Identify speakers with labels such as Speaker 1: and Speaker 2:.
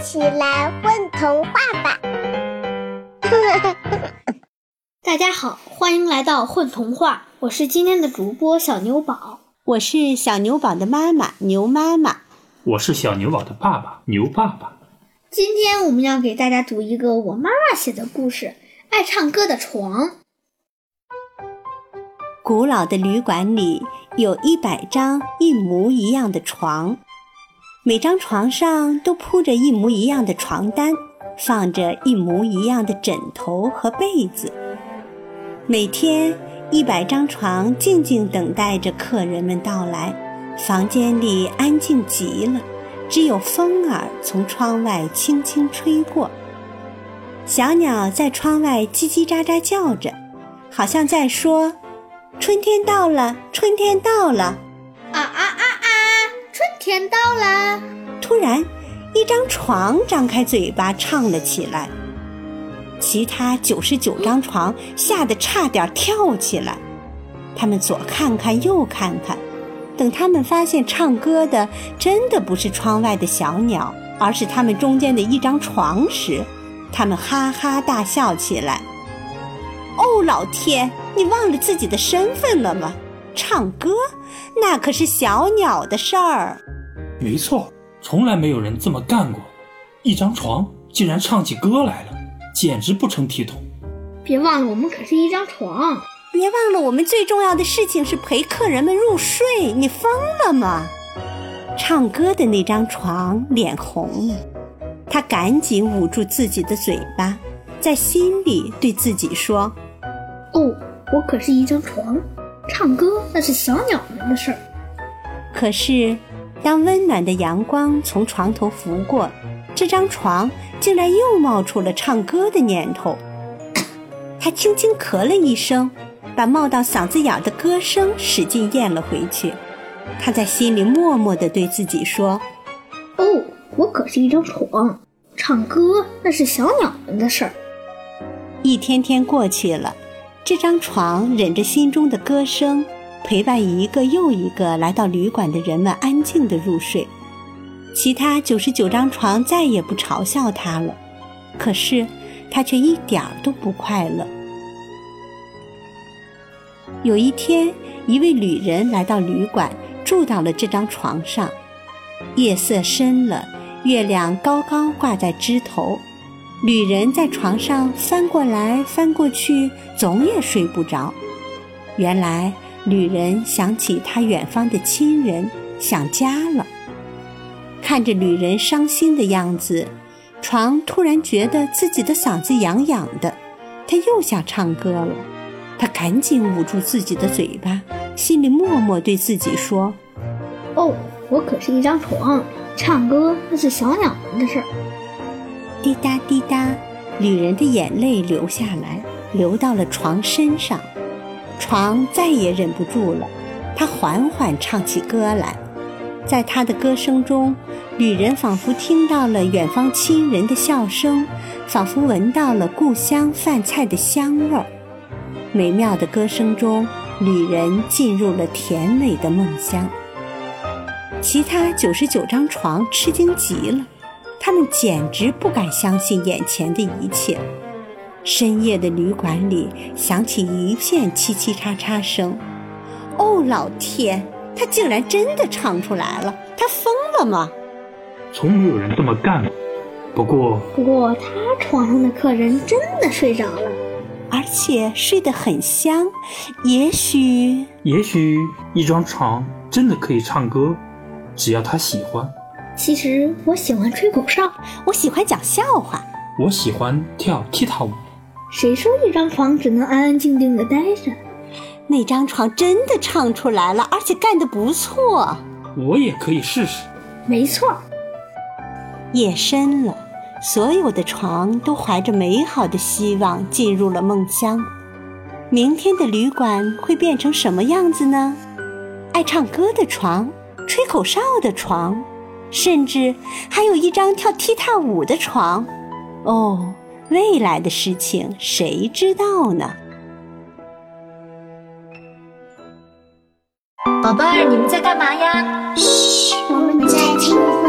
Speaker 1: 起来混童话吧！
Speaker 2: 大家好，欢迎来到混童话，我是今天的主播小牛宝。
Speaker 3: 我是小牛宝的妈妈牛妈妈。
Speaker 4: 我是小牛宝的爸爸牛爸爸。
Speaker 2: 今天我们要给大家读一个我妈妈写的故事，爱唱歌的床。
Speaker 3: 古老的旅馆里有100张一模一样的床，每张床上都铺着一模一样的床单，放着一模一样的枕头和被子。每天100张床静静等待着客人们到来，房间里安静极了，只有风儿从窗外轻轻吹过。小鸟在窗外叽叽喳喳叫着，好像在说春天到了，春天到了。
Speaker 2: 春天到了。
Speaker 3: 突然一张床张开嘴巴唱了起来，其他99张床吓得差点跳起来。他们左看看右看看，等他们发现唱歌的真的不是窗外的小鸟，而是他们中间的一张床时，他们哈哈大笑起来。哦，老天，你忘了自己的身份了吗？唱歌那可是小鸟的事儿。
Speaker 4: 没错，从来没有人这么干过，一张床竟然唱起歌来了，简直不成体统。
Speaker 2: 别忘了我们可是一张床，
Speaker 3: 别忘了我们最重要的事情是陪客人们入睡，你疯了吗？唱歌的那张床脸红了，他赶紧捂住自己的嘴巴，在心里对自己说，
Speaker 2: 哦，我可是一张床，唱歌那是小鸟们的事儿。
Speaker 3: 可是当温暖的阳光从床头拂过，这张床竟然又冒出了唱歌的念头。他轻轻咳了一声，把冒到嗓子眼的歌声使劲咽了回去。他在心里默默地对自己说，
Speaker 2: 哦，我可是一张床，唱歌那是小鸟们的事儿。
Speaker 3: 一天天过去了，这张床忍着心中的歌声，陪伴一个又一个来到旅馆的人们安静地入睡。其他99张床再也不嘲笑他了，可是他却一点都不快乐。有一天，一位旅人来到旅馆，住到了这张床上。夜色深了，月亮高高挂在枝头，旅人在床上翻过来翻过去，总也睡不着。原来旅人想起他远方的亲人，想家了。看着旅人伤心的样子，床突然觉得自己的嗓子痒痒的，他又想唱歌了。他赶紧捂住自己的嘴巴，心里默默对自己说，
Speaker 2: 哦，我可是一张床，唱歌那是小鸟们的事儿。
Speaker 3: 滴答滴答，旅人的眼泪流下来，流到了床身上。床再也忍不住了，他缓缓唱起歌来。在他的歌声中，旅人仿佛听到了远方亲人的笑声，仿佛闻到了故乡饭菜的香味儿。美妙的歌声中，旅人进入了甜美的梦乡。其他99张床吃惊极了，他们简直不敢相信眼前的一切。深夜的旅馆里响起一片叽叽喳喳声。哦，老天，他竟然真的唱出来了，他疯了吗？
Speaker 4: 从没有人这么干过。不过
Speaker 2: 他床上的客人真的睡着了，
Speaker 3: 而且睡得很香。也许
Speaker 4: 一张床真的可以唱歌，只要他喜欢。
Speaker 2: 其实我喜欢吹口哨，
Speaker 3: 我喜欢讲笑话，
Speaker 4: 我喜欢跳踢踏舞。
Speaker 2: 谁说一张床只能安安静静地待着？
Speaker 3: 那张床真的唱出来了，而且干得不错。
Speaker 4: 我也可以试试。
Speaker 2: 没错。
Speaker 3: 夜深了，所有的床都怀着美好的希望进入了梦乡。明天的旅馆会变成什么样子呢？爱唱歌的床，吹口哨的床，甚至还有一张跳踢踏舞的床。哦，未来的事情谁知道呢？
Speaker 5: 宝贝儿，你们在干嘛呀？
Speaker 1: 嘘，我们在听